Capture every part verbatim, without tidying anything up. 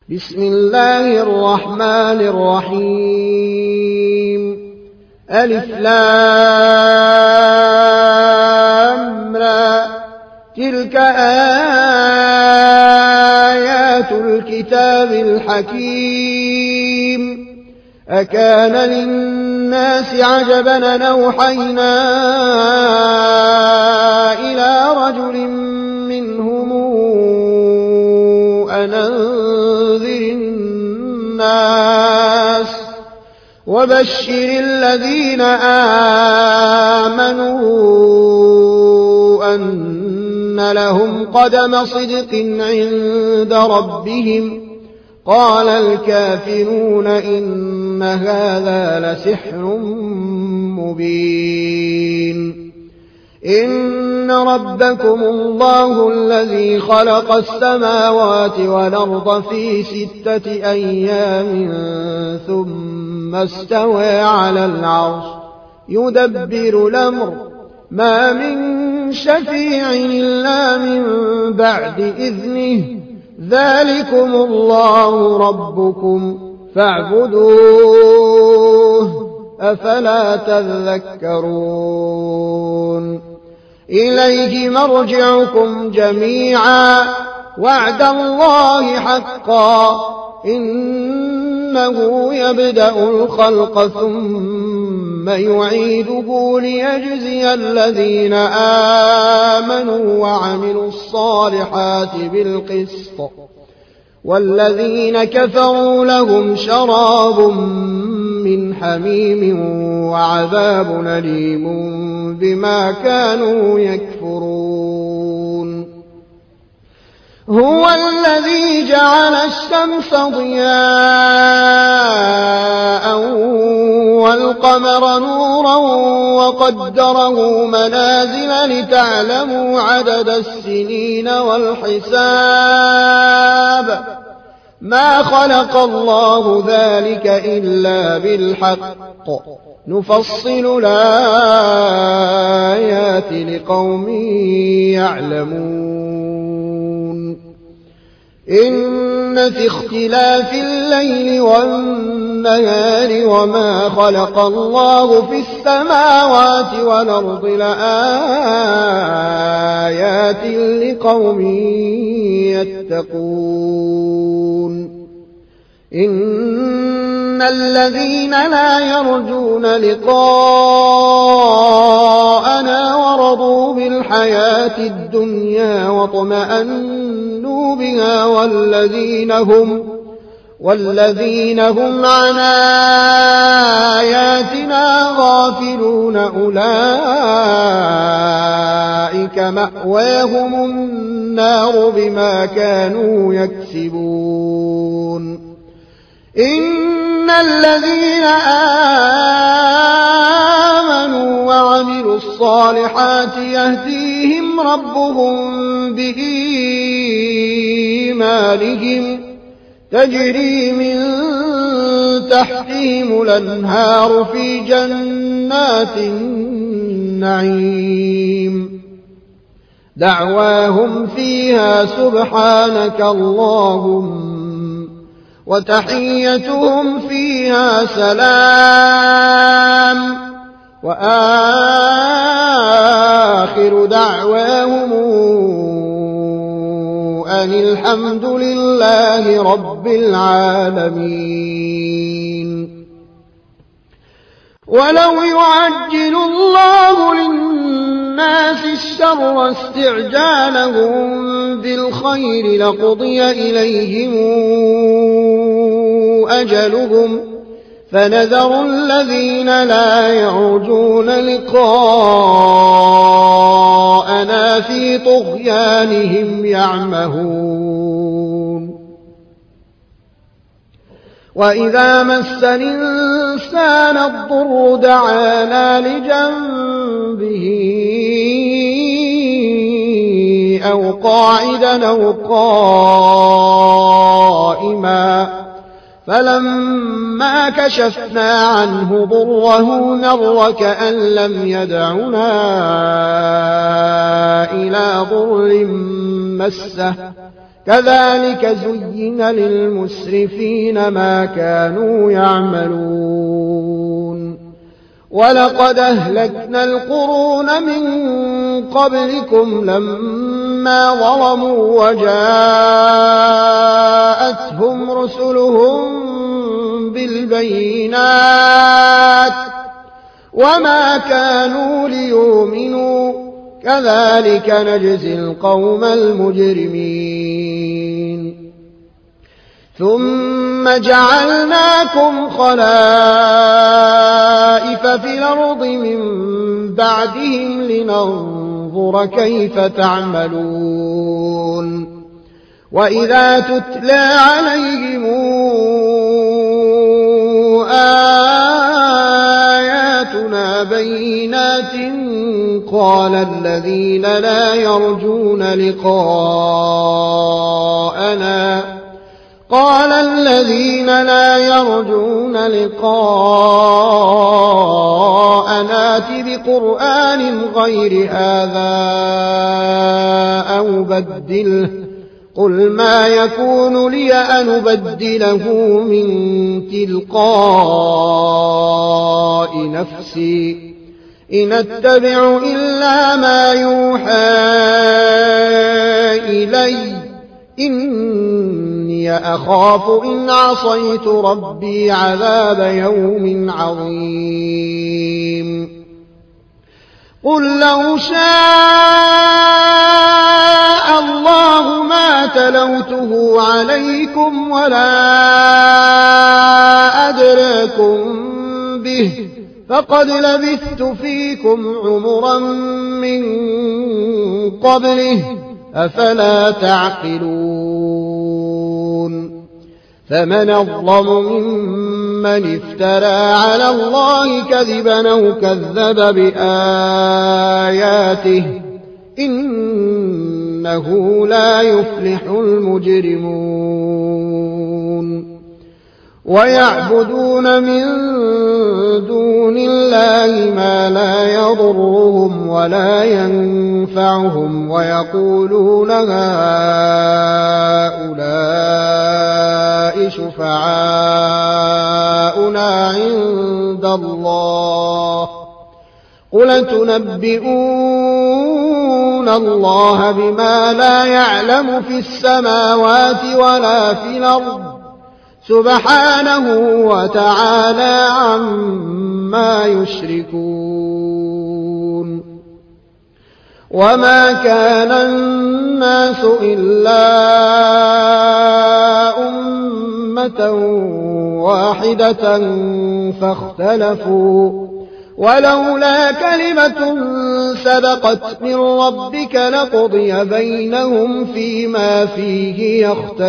بسم الله الرحمن الرحيم ألف لام را تلك آيات الكتاب الحكيم أكان للناس عجبا أن أوحينا إلى رجل منهم أن أنذر الناس وبشر الذين آمنوا أن لهم قدم صدق عند ربهم قال الكافرون إن هذا لسحر مبين إن ربكم الله الذي خلق السماوات والأرض في ستة أيام ثم استوى على العرش يدبر الأمر ما من شفيع إلا من بعد إذنه ذلكم الله ربكم فاعبدوه أفلا تذكرون إليه مرجعكم جميعا وعد الله حقا إنه يبدأ الخلق ثم يعيده ليجزي الذين آمنوا وعملوا الصالحات بالقسط والذين كفروا لهم شراب من حميم وعذاب أليم بما كانوا يكفرون هو الذي جعل الشمس ضياء والقمر نورا وقدره منازل لتعلموا عدد السنين والحساب ما خلق الله ذلك إلا بالحق نفصل الآيات لقوم يعلمون إن في اختلاف الليل والنهار وما خلق الله في السماوات والأرض لآيات لقوم يتقون إن الذين لا يرجون لقاءنا ورضوا بالحياة الدنيا واطمأنوا بها والذين هم والذين هم عن آياتنا غافلون أولئك مأواهم النار بما كانوا يكسبون إن الذين آمنوا وعملوا الصالحات يهديهم ربهم بإيمانهم تجري من تحتهم الأنهار في جنات النعيم دعواهم فيها سبحانك اللهم وتحيتهم فيها سلام وآخر دعواهم أن الحمد لله رب العالمين ولو يعجل الله للناس الشر استعجالهم بالخير لقضي إليهم أجلهم فنذر الذين لا يرجون لقاءنا في طغيانهم يعمهون وإذا مس الإنسان الضر دعانا لجنبه أو قاعدا أو قائما فلما كشفنا عنه ضره مر كأن لم يدعنا إلى ضر مسه كذلك زين للمسرفين ما كانوا يعملون ولقد أهلكنا القرون من قبلكم لما ظلموا وجاءتهم رسلهم بالبينات وما كانوا ليؤمنوا كذلك نجزي القوم المجرمين ثم جعلناكم خلائف في الأرض من بعدهم لننظر كيف تعملون وإذا تتلى عليهم آياتنا بينات قال الذين لا يرجون لقاءنا قال الذين لا يرجون لقاءنا ائت بقرآن غير هذا أو بدله قل ما يكون لي أن أبدله من تلقاء نفسي إن أتبع إلا ما يوحى إلي إني أخاف إن عصيت ربي عذاب يوم عظيم قل لو شاء الله ما تلوته عليكم ولا أدراكم به فقد لبثت فيكم عمرا من قبله أفلا تعقلون فمن أظلم ممن افترى على الله كذبا أو كذب بآياته إنه لا يفلح المجرمون ويعبدون من دون الله ما لا يضرهم ولا ينفعهم ويقولون هؤلاء شفعاؤنا عند الله قل تنبئون الله بما لا يعلم في السماوات ولا في الأرض سبحانه وتعالى عما يشركون وما كان الناس إلا أمة واحدة فاختلفوا ولولا كلمة سبقت من ربك لقضي بينهم فيما فيه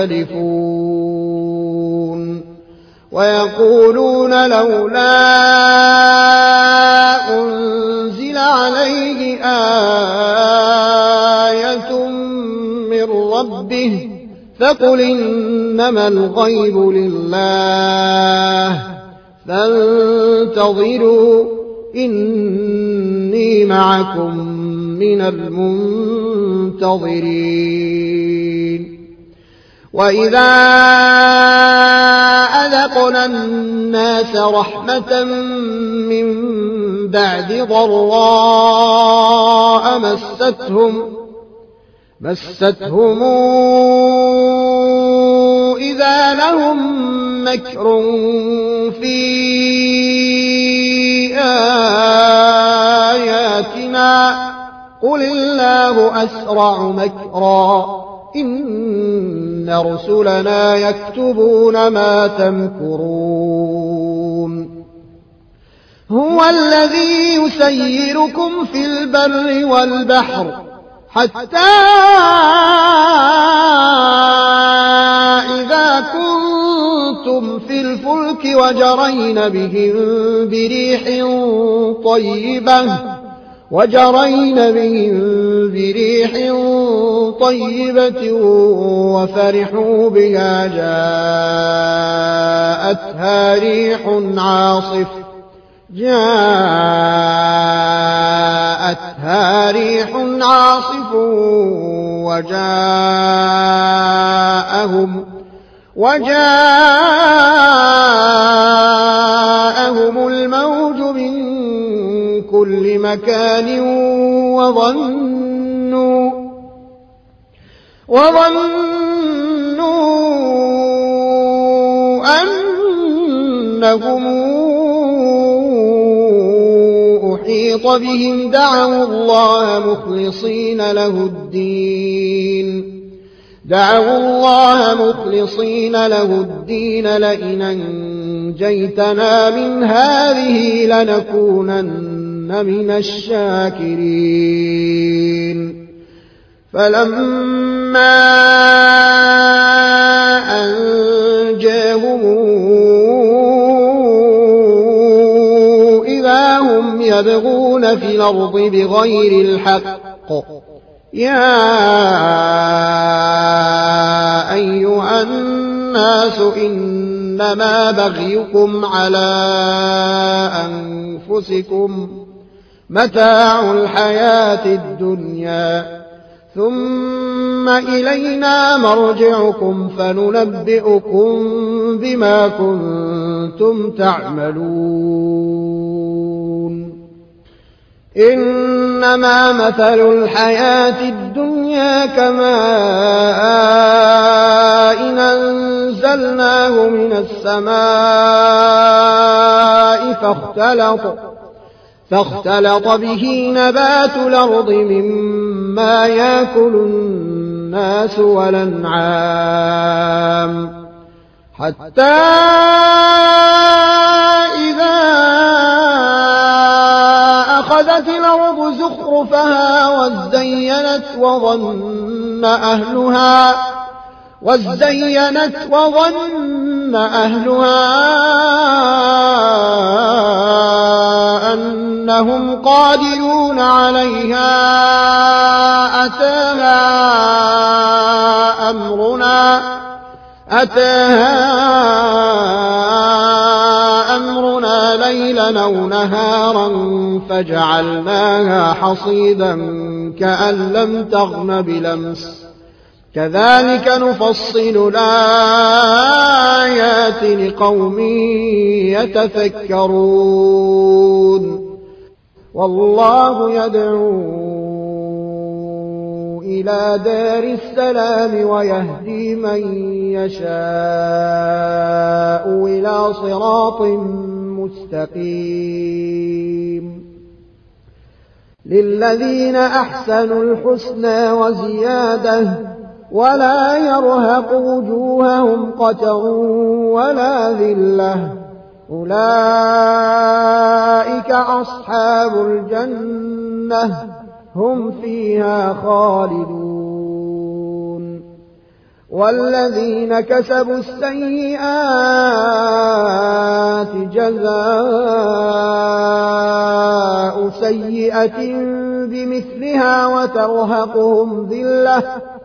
يختلفون ويقولون لولا أنزل عليه آية من ربه فقل إنما الغيب لله فانتظروا إني معكم من المنتظرين وإذا أذقنا الناس رحمة من بعد ضراء مستهم مستهم إذا لهم مكر في آياتنا قل الله أسرع مكرا إن رسلنا يكتبون ما تمكرون هو الذي يسيركم في البر والبحر حتى إذا كنتم في الفلك وجرين بهم بريح طيبة وجرين بهم بريح طيبة وفرحوا بها جاءتها ريح عاصف جاءتها ريح عاصف وجاءهم وجاءهم الموج من كل مكان وظنوا وظنوا أنهم أحيط بهم دعوا الله مخلصين له الدين دعوا الله مخلصين له الدين لئن أنجيتنا من هذه لنكونن من الشاكرين فلما أنجاهم إذا هم يبغون في الأرض بغير الحق يا أيها الناس إنما بغيكم على أنفسكم متاع الحياة الدنيا ثم إلينا مرجعكم فننبئكم بما كنتم تعملون إنما مثل الحياة الدنيا كماء إن أنزلناه من السماء فاختلط فاختلط به نبات الأرض مما يأكل الناس والأنعام حتى إذا أخذت الأرض زخرفها وازينت وظن أهلها وازينت وظن أهلها أنهم قادرون عليها أتاها أمرنا أتاها أمرنا ليلا أو نهارا فجعلناها حصيدا كأن لم تغن بلمس كذلك نفصل الآيات لقوم يتفكرون والله يدعو إلى دار السلام ويهدي من يشاء إلى صراط مستقيم للذين أحسنوا الحسنى وزيادة ولا يرهق وجوههم قتر ولا ذلة أولئك أصحاب الجنة هم فيها خالدون والذين كسبوا السيئات جزاء سيئة بمثلها وترهقهم ذلة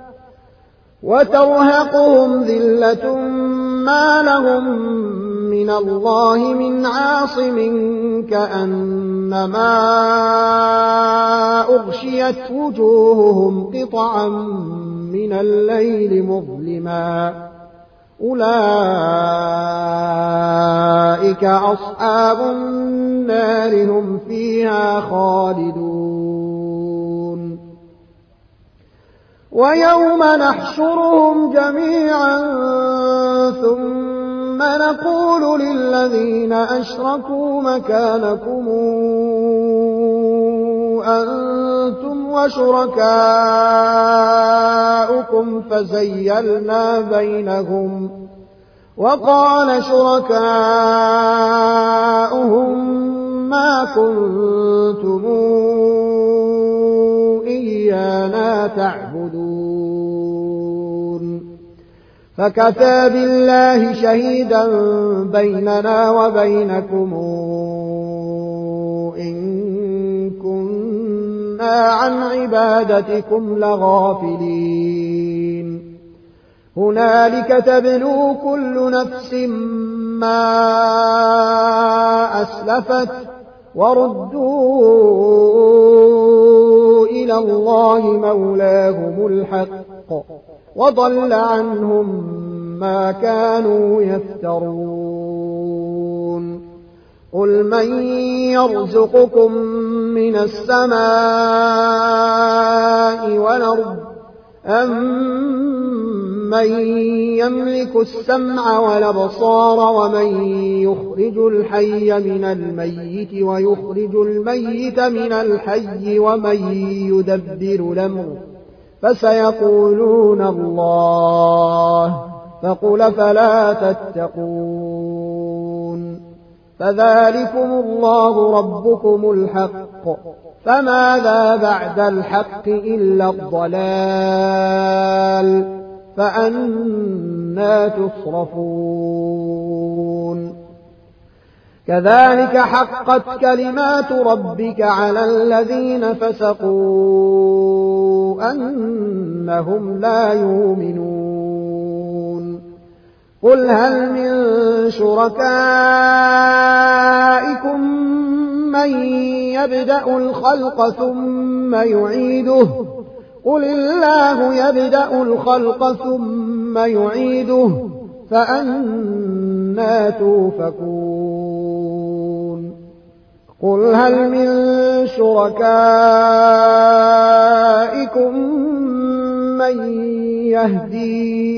وترهقهم ذلة ما لهم من الله من عاصم كأنما أغشيت وجوههم قطعا من الليل مظلما أولئك أصحاب النار هم فيها خالدون ويوم نحشرهم جميعا ثم نقول للذين أشركوا مكانكم أنتم وشركاؤكم فزيلنا بينهم وقال شركاؤهم ما كنتم إيانا تعبدون فكفى بالله شهيدا بيننا وبينكم إن كنا عن عبادتكم لغافلين هنالك تبلو كل نفس ما أسلفت وردوا إلى الله مولاهم الحق وضل عنهم ما كانوا يفترون قل من يرزقكم من السماء والأرض أَمَّن يملك السمع والأبصار ومن يخرج الحي من الميت ويخرج الميت من الحي ومن يدبر الأمر فسيقولون الله فقل فلا تتقون فذلكم الله ربكم الحق فماذا بعد الحق إلا الضلال فأنى تصرفون كذلك حقت كلمات ربك على الذين فسقوا أنهم لا يؤمنون قل هل من شركائكم من يبدأ الخلق ثم يعيده قل الله يبدأ الخلق ثم يعيده فأنى توفكون قل هل من شركائكم من يهدي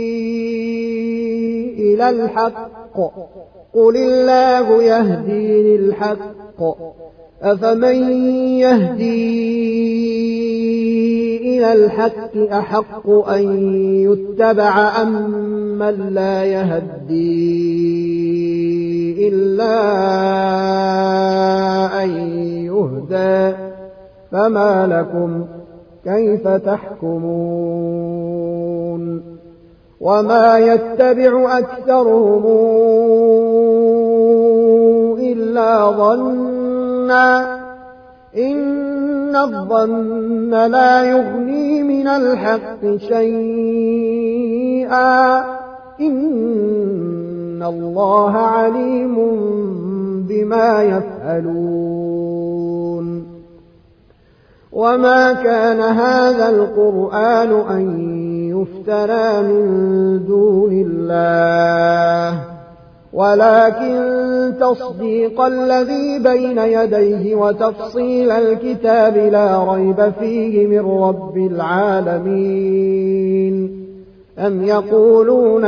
إلى الحق قل الله يهدي للحق أفمن يهدي إلى الحق أحق أن يتبع أم من لا يهدي إلا أن يهدى فما لكم كيف تحكمون وما يتبع أكثرهم إلا ظنّا إن الظن لا يغني من الحق شيئا إن الله عليم بما يفعلون وما كان هذا القرآن أن يفترى من دون الله ولكن تصديق الذي بين يديه وتفصيل الكتاب لا ريب فيه من رب العالمين أم يقولون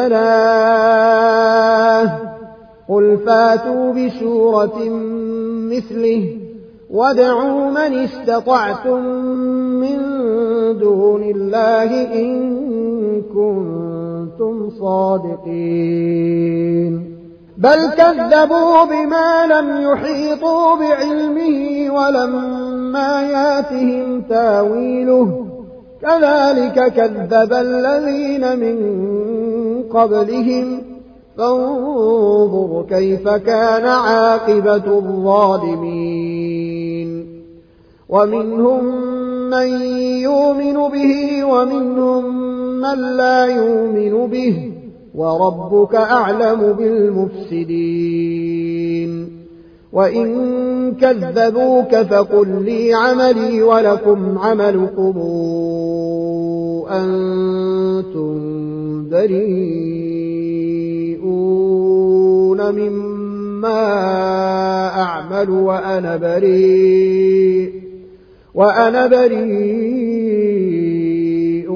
افتراه قل فاتوا بسورة مثله وادعوا من استطعتم من دون الله إن كنتم صادقين بل كذبوا بما لم يحيطوا بعلمه ولما ياتهم تاويله كذلك كذب الذين من قبلهم فانظر كيف كان عاقبة الظالمين ومنهم من يؤمن به ومنهم من لا يؤمن به وربك أعلم بالمفسدين وإن كذبوك فقل لي عملي ولكم عملكم أنتم بريئون مما أعمل وأنا بريء وأنا بريء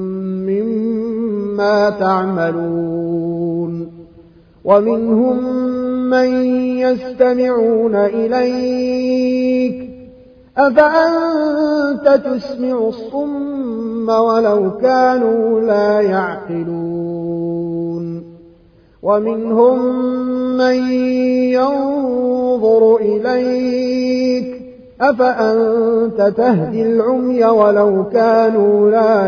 مما تعملون ومنهم من يستمعون إليك أفأنت تسمع الصم ولو كانوا لا يعقلون ومنهم من ينظر إليك أفأنت تهدي العمي ولو كانوا لا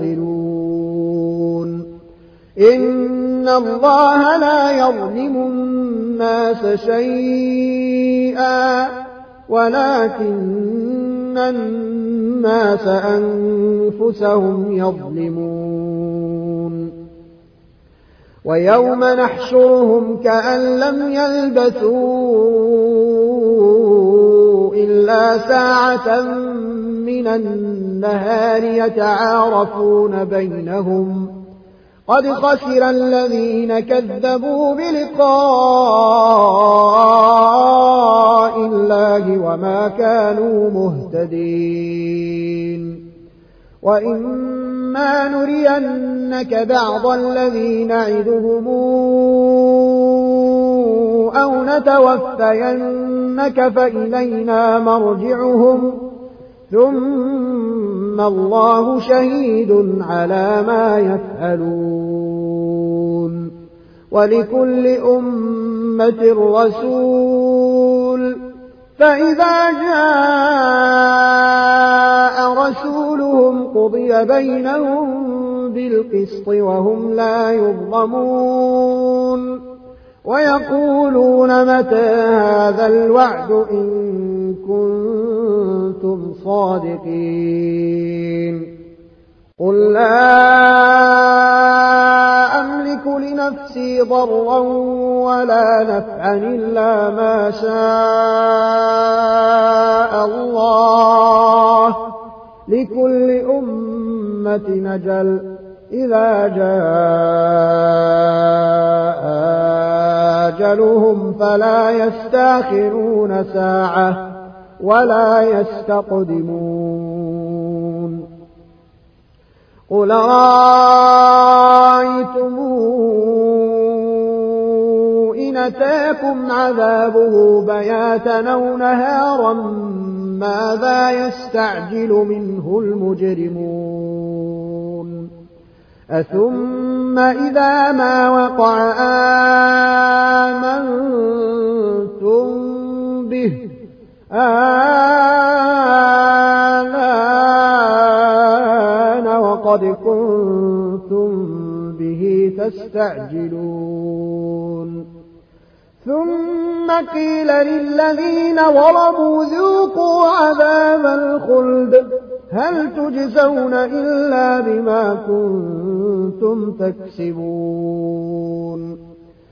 يبصرون إن الله لا يظلم الناس شيئا ولكن الناس أنفسهم يظلمون ويوم نحشرهم كأن لم يلبثوا إلا ساعة من النهار يتعارفون بينهم قد خسر الذين كذبوا بلقاء الله وما كانوا مهتدين وإما نرينك بعض الذي نعدهم أو نتوفينك فإلينا مرجعهم ثم الله شهيد على ما يفعلون ولكل أمة رسول فإذا جاء رسولهم قضي بينهم بالقسط وهم لا يظلمون ويقولون متى هذا الوعد إن كنتم صادقين قل لا أملك لنفسي ضرا ولا نفعا إلا ما شاء الله لكل أمة نجل إذا جاء أجلهم فلا يستأخرون ساعة ولا يستقدمون قل رأيتم إن أتاكم عذابه بياتا أو نهارا ماذا يستعجل منه المجرمون أثم إذا ما وقع آمنتم به آلان وقد كنتم به تستعجلون ثم قيل للذين ظلموا ذوقوا عذاب الخلد هل تجزون إلا بما كنتم تكسبون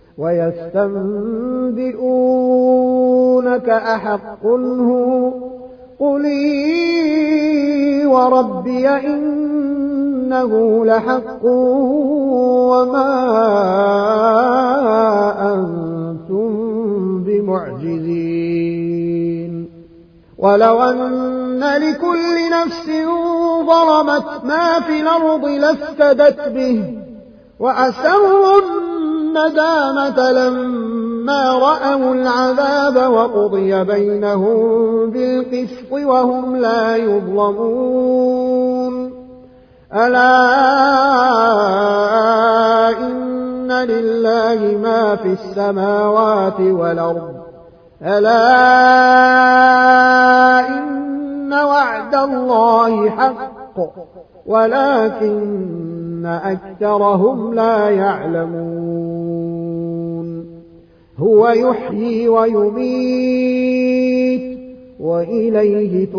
ويستنبئونك أحق هو قل إي وربي إنه لحق وما أنتم بمعجزين ولو أن لكل نفس ظلمت ما في الأرض لافتدت به وأسروا الندامة لما رأوا العذاب وقضي بينهم بالقسط وهم لا يظلمون ألا إن لله ما في السماوات والأرض ألا إن وعد الله حق ولكن أكثرهم لا يعلمون هو يحيي ويميت وإليه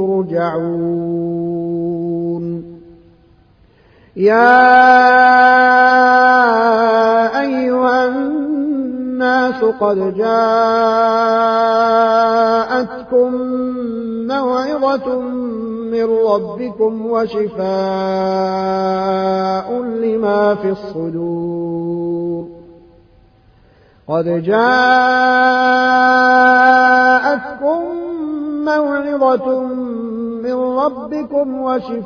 ترجعون يا أيها الناس قد جاءتكم موعظة من ربكم وشفاء لما في الصدور قد جاءتكم موعظة من ربكم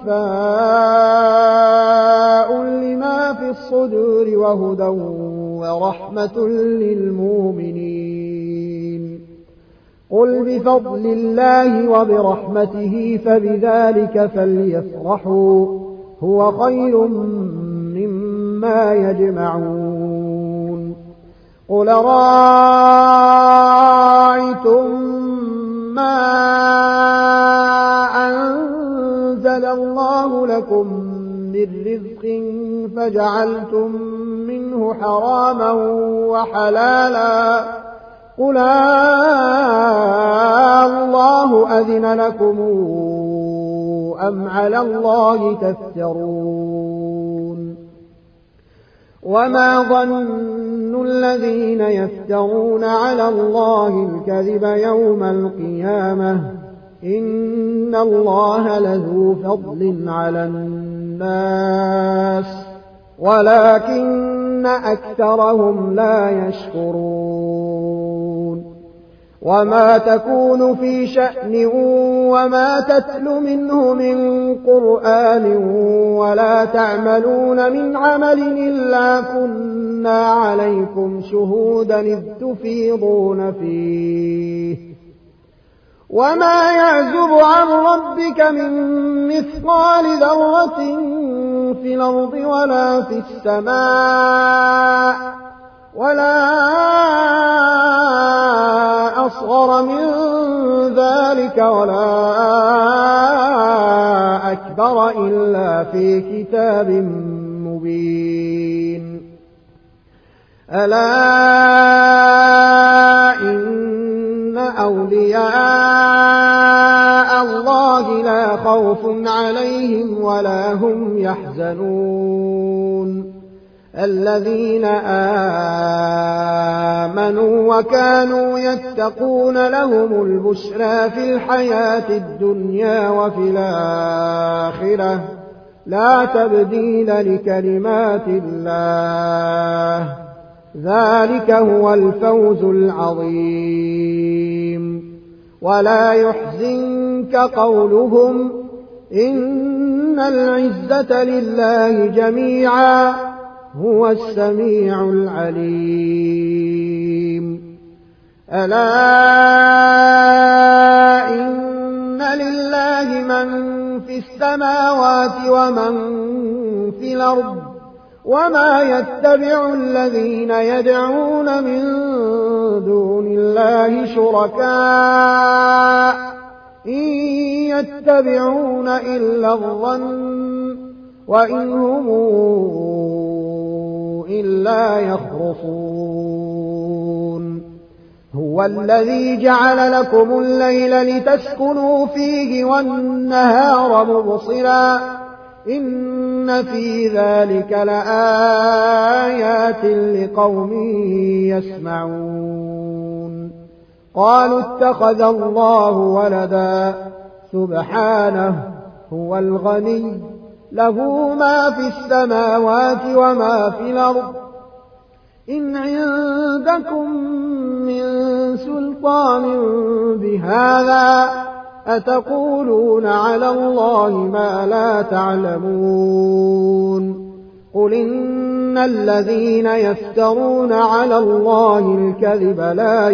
وشفاء لما في الصدور وهدى ورحمة للمؤمنين قل بفضل الله وبرحمته فبذلك فليفرحوا هو خير مما يجمعون قل رأيتم ما أنزل الله لكم من رزق فجعلتم منه حراما وحلالا قل الله أذن لكم أم على الله تفترون وما ظن الذين يفترون على الله الكذب يوم القيامة إن الله لذو فضل على الناس ولكن أكثرهم لا يشكرون وما تكون في شأن وما تتل منه من قرآن ولا تعملون من عمل إلا كنا عليكم شهودا إذ تفيضون فيه وما يعزب عن ربك من مثقال ذرة في الأرض ولا في السماء ولا أصغر من ذلك ولا أكبر إلا في كتاب مبين ألا إن أولياء الله لا خوف عليهم ولا هم يحزنون الذين آمنوا وكانوا يتقون لهم البشرى في الحياة الدنيا وفي الآخرة لا تبديل لكلمات الله ذلك هو الفوز العظيم ولا يحزنك قولهم إن العزة لله جميعا هو السميع العليم ألا إن لله من في السماوات ومن في الأرض وما يتبع الذين يدعون من دون الله شركاء إن يتبعون إلا الظن وإن هم إلا يخرصون هو الذي جعل لكم الليل لتسكنوا فيه والنهار مبصرا إن في ذلك لآيات لقوم يسمعون قالوا اتخذ الله ولدا سبحانه هو الغني له ما في السماوات وما في الأرض إن عندكم من سلطان بهذا أتقولون على الله ما لا تعلمون قل إن الذين يفترون على الله الكذب لا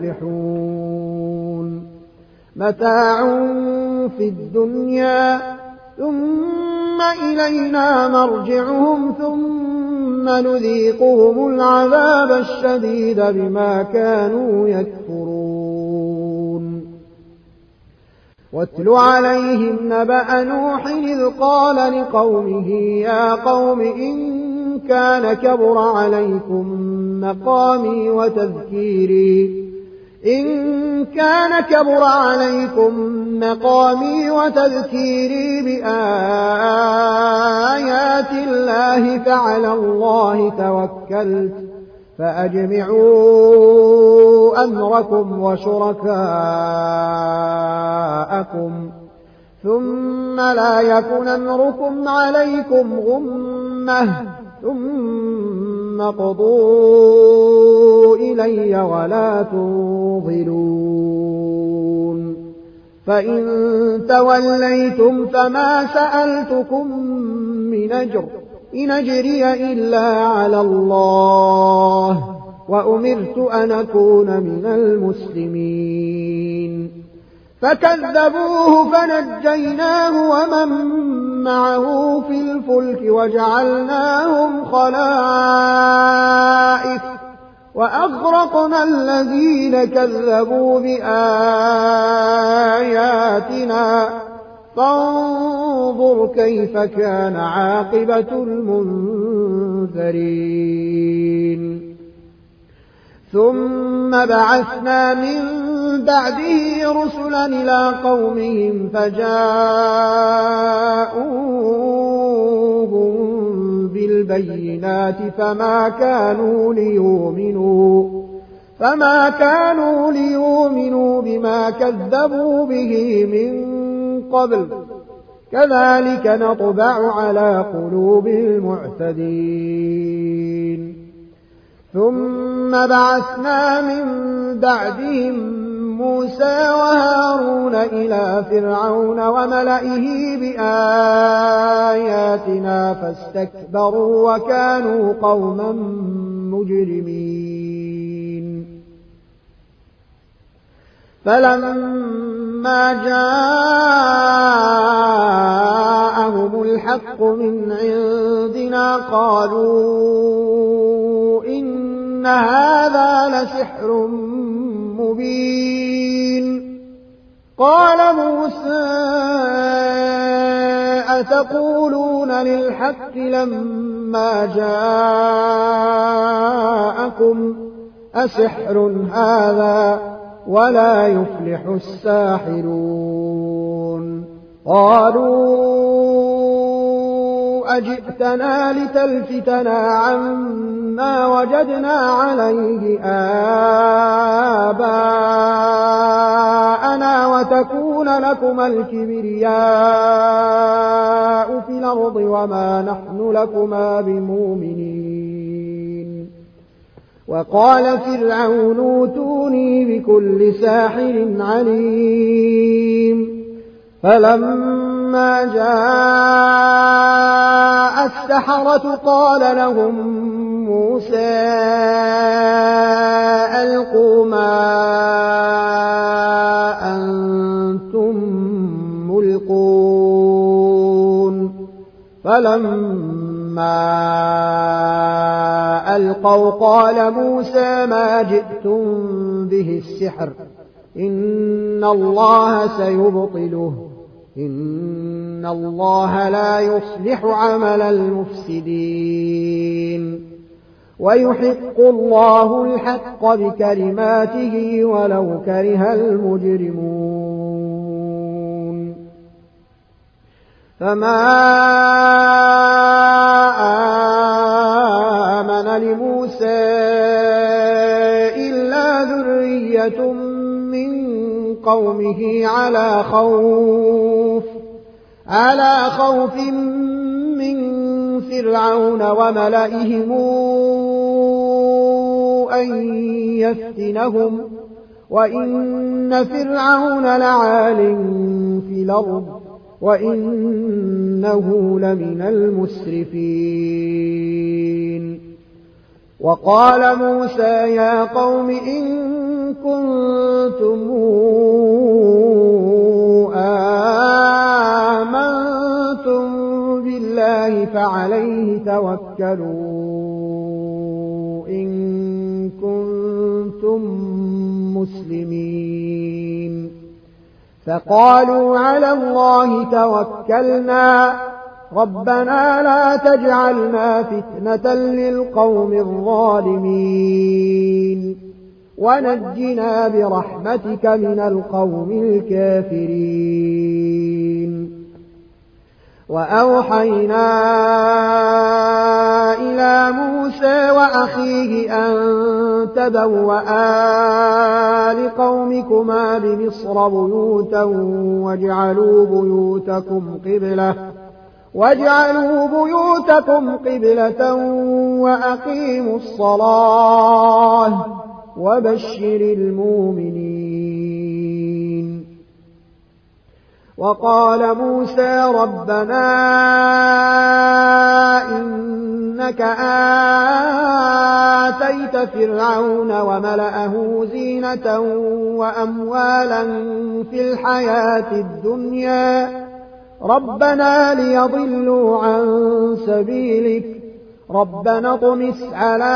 يفلحون متاع في الدنيا ثم إلينا مرجعهم ثم نذيقهم العذاب الشديد بما كانوا يكفرون واتل عليهم نبأ نوح إذ قال لقومه يا قوم إن كان كبر عليكم مقامي وتذكيري إن كان كبر عليكم مقامي وتذكيري بآيات الله فعلى الله توكلت فأجمعوا أمركم وشركاءكم ثم لا يكن أمركم عليكم غمة ثم قضوا إلي ولا تنظرون فإن توليتم فما سألتكم من أجر إن أجري إلا على الله وأمرت أن أكون من المسلمين فكذبوه فنجيناه ومن معه في الفلك وجعلناهم خلائف وأغرقنا الذين كذبوا بآياتنا فانظر كيف كان عاقبة المنذرين ثم بعثنا من بعده رسلا إلى قومهم فجاءوهم بالبينات فما كانوا ليؤمنوا فما كانوا ليؤمنوا بما كذبوا به من قبل كذلك نطبع على قلوب المعتدين ثم بعثنا من بعدهم موسى وهارون إلى فرعون وملئه بآياتنا فاستكبروا وكانوا قوما مجرمين فلما جاءهم الحق من عندنا قالوا إن هذا لسحر مبين قال موسى أتقولون للحق لما جاءكم أسحر هذا ولا يفلح الساحرون قالوا أجئتنا لتلفتنا عما وجدنا عليه آباءنا وتكون لكما الكبرياء في الأرض وما نحن لكما بمؤمنين وقال فرعون اوتوني بكل ساحر عليم فلما جاء السحرة قال لهم موسى ألقوا ما أنتم ملقون فلما ألقوا قال موسى ما جئتم به السحر إن الله سيبطله إن الله لا يصلح عمل المفسدين ويحق الله الحق بكلماته ولو كره المجرمون فما آمن لموسى إلا ذرية من قومه على خوف على خوف من فرعون وملئهم أن يفتنهم وإن فرعون لعال في الأرض وإنه لمن المسرفين وقال موسى يا قوم إن كنتم آمنتم بالله فعليه توكلوا إن كنتم مسلمين فقالوا على الله توكلنا ربنا لا تجعلنا فتنة للقوم الظالمين ونجنا برحمتك من القوم الكافرين وأوحينا إلى موسى وأخيه أن تبوأا لقومكما بمصر بيوتا واجعلوا بيوتكم قبلة واجعلوا بيوتكم قبلة وأقيموا الصلاة وبشر المؤمنين وقال موسى ربنا إنك آتيت فرعون وملأه زينة وأموالا في الحياة الدنيا ربنا ليضلوا عن سبيلك ربنا اطمس على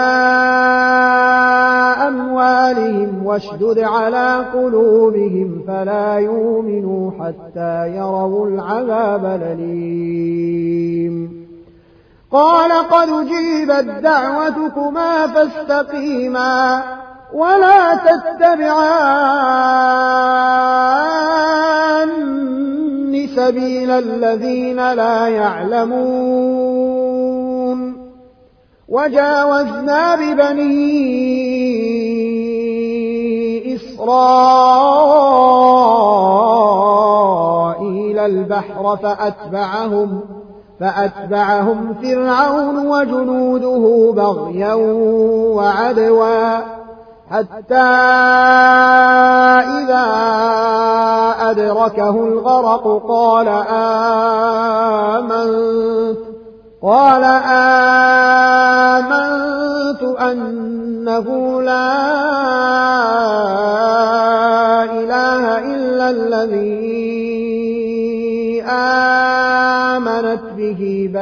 أموالهم واشدد على قلوبهم فلا يؤمنوا حتى يروا العذاب الأليم قال قد أجيبت دعوتكما فاستقيما ولا تتبعان سبيل الذين لا يعلمون وجاوزنا ببني إسرائيل البحر فأتبعهم فأتبعهم فرعون وجنوده بغيا وعدوا حتى إذا أدركه الغرق قال آمنت قال آمنت أنه لا إله إلا الذي آمنت به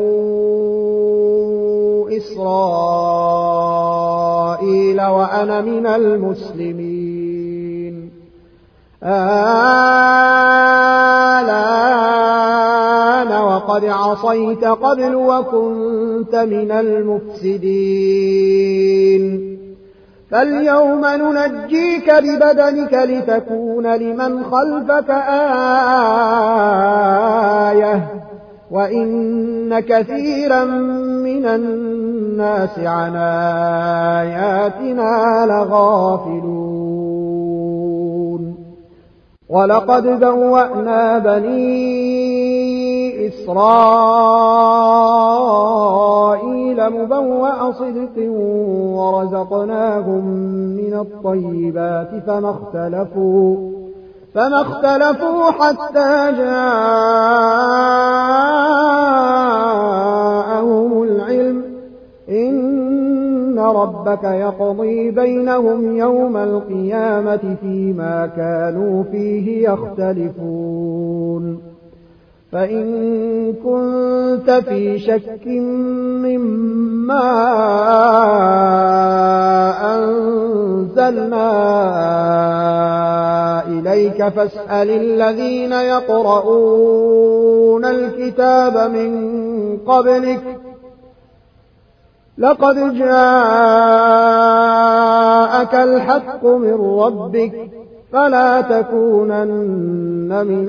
بنو إسرائيل وأنا من المسلمين الآن وقد عصيت قبل وكنت من المفسدين فاليوم ننجيك ببدنك لتكون لمن خلفك آية وإن كثيرا من الناس عن آياتنا لغافلون ولقد بوأنا بني إسرائيل مبوأ صدق ورزقناهم من الطيبات فما اختلفوا فما اختلفوا حتى جاءهم العلم إن ربك يقضي بينهم يوم القيامة فيما كانوا فيه يختلفون فإن كنت في شك مما أنزلنا إليك فاسأل الذين يقرؤون الكتاب من قبلك لقد جاءك الحق من ربك فلا تكونن من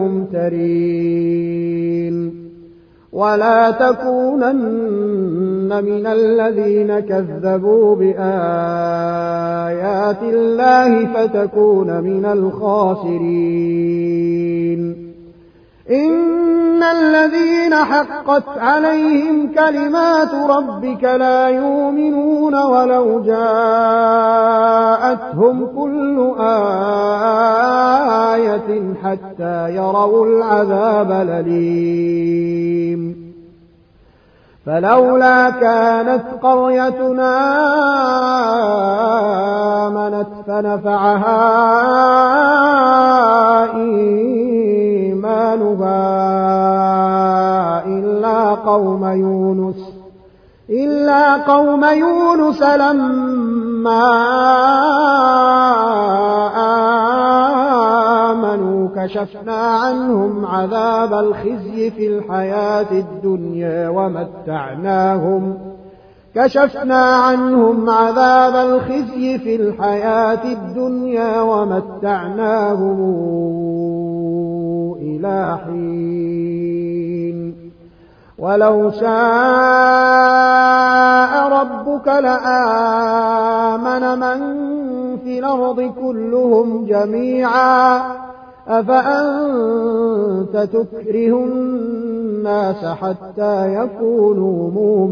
الممترين ولا تكونن من الذين كذبوا بآيات الله فتكون من الخاسرين إن الذين حقت عليهم كلمات ربك لا يؤمنون ولو جاءتهم كل آية حتى يروا العذاب الأليم فلولا كانت قريتنا آمنت فنفعها إيمانها إلا قوم يونس إلا قوم يونس لما آمنوا كشفنا عنهم عذاب الخزي في الحياة الدنيا ومتعناهم كشفنا عنهم عذاب الخزي في الحياة الدنيا ومتعناهم إلى حين ولو شاء ربك لآمن من في الأرض كلهم جميعا أفأنت تكره الناس حتى يكونوا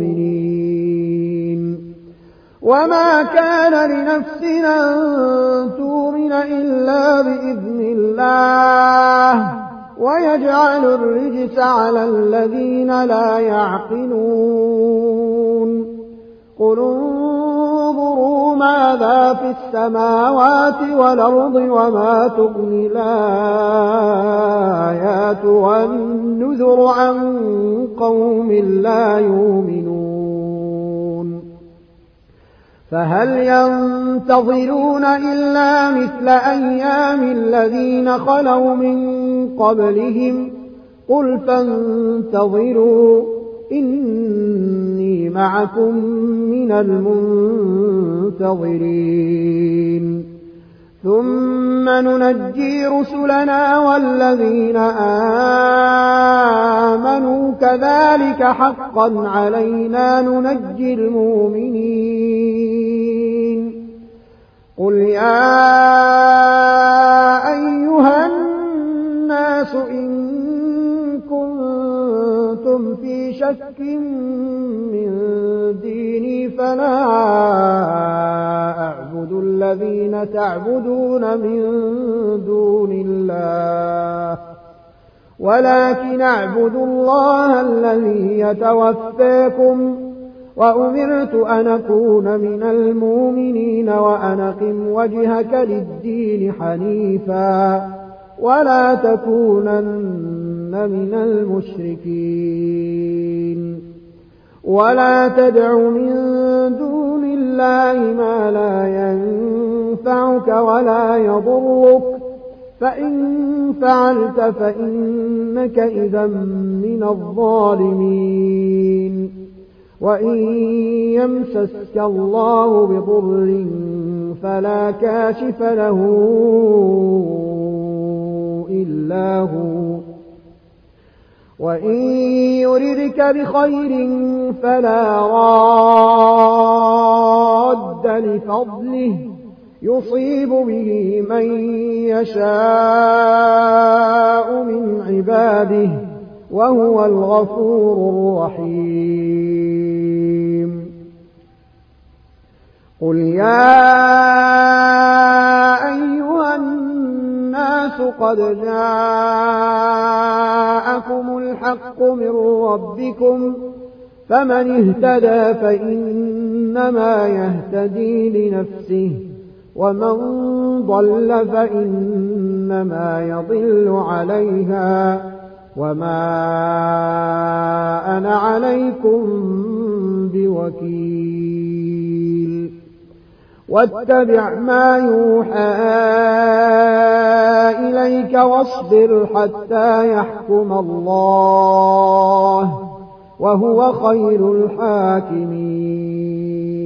مؤمنين وما كان لنفس أن تؤمن إلا بإذن الله ويجعل الرجس على الذين لا يعقلون قل انظروا ماذا في السماوات والأرض وما تغني الآيات والنذر عن قوم لا يؤمنون فهل ينتظرون إلا مثل أيام الذين خلوا من قبلهم قل فانتظروا إني معكم من المنتظرين ثم ننجي رسلنا والذين آمنوا كذلك حقا علينا ننجي المؤمنين قل يا الذين تعبدون من دون الله ولكن اعبدوا الله الذي يتوفاكم وأمرت أن أكون من المؤمنين وأن أقم وجهك للدين حنيفا ولا تكونن من المشركين ولا تدع من دون الله ما لا ينفعك ولا يضرك فإن فعلت فإنك إذا من الظالمين وإن يمسسك الله بضر فلا كاشف له إلا هو وإن يردك بخير فلا راد لفضله يصيب به من يشاء من عباده وهو الغفور الرحيم قل يا أيها الناس قد جاءكم الحق من ربكم فمن اهتدى فإنما يهتدي لنفسه ومن ضل فإنما يضل عليها وما أنا عليكم بوكيل واتبع ما يوحى إليك واصبر حتى يحكم الله وهو خير الحاكمين